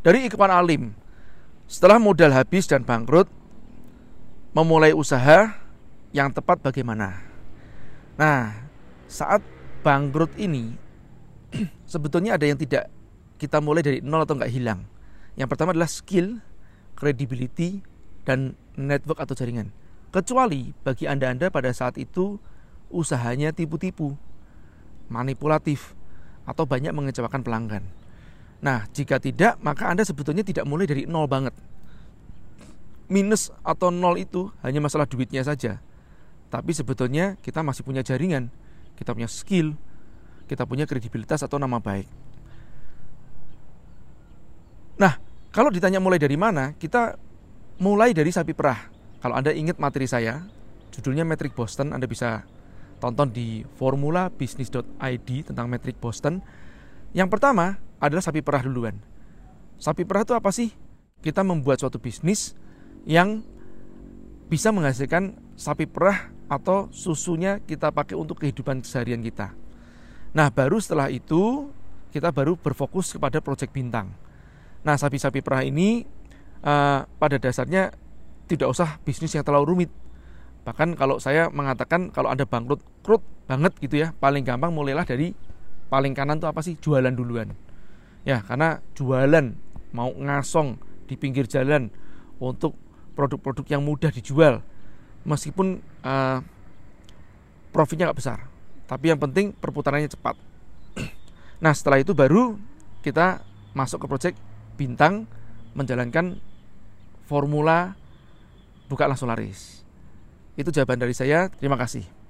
Dari Ikhwan Alim, setelah modal habis dan bangkrut, memulai usaha yang tepat bagaimana? Nah, saat bangkrut ini sebetulnya ada yang tidak kita mulai dari nol atau nggak hilang. Yang pertama adalah skill, credibility, dan network atau jaringan. Kecuali bagi Anda pada saat itu usahanya tipu-tipu, manipulatif, atau banyak mengecewakan pelanggan. Nah, jika tidak, maka Anda sebetulnya tidak mulai dari nol banget. Minus atau nol itu hanya masalah duitnya saja. Tapi sebetulnya kita masih punya jaringan, kita punya skill, kita punya kredibilitas atau nama baik. Nah, kalau ditanya mulai dari mana, kita mulai dari sapi perah. Kalau Anda ingat materi saya, judulnya Metrik Boston, Anda bisa tonton di formulabisnis.id tentang Metrik Boston. Yang pertama adalah sapi perah duluan. Sapi perah itu apa sih? Kita membuat suatu bisnis yang bisa menghasilkan sapi perah atau susunya kita pakai untuk kehidupan seharian kita. Nah, baru setelah itu kita baru berfokus kepada proyek bintang. Nah, sapi-sapi perah ini pada dasarnya tidak usah bisnis yang terlalu rumit. Bahkan kalau saya mengatakan kalau Anda bangkrut banget gitu ya, paling gampang mulailah dari paling kanan itu apa sih? Jualan duluan. Ya, karena jualan mau ngasong di pinggir jalan untuk produk-produk yang mudah dijual, meskipun profitnya nggak besar, tapi yang penting perputarannya cepat. Nah, setelah itu baru kita masuk ke proyek bintang, menjalankan formula buka langsung laris. Itu jawaban dari saya. Terima kasih.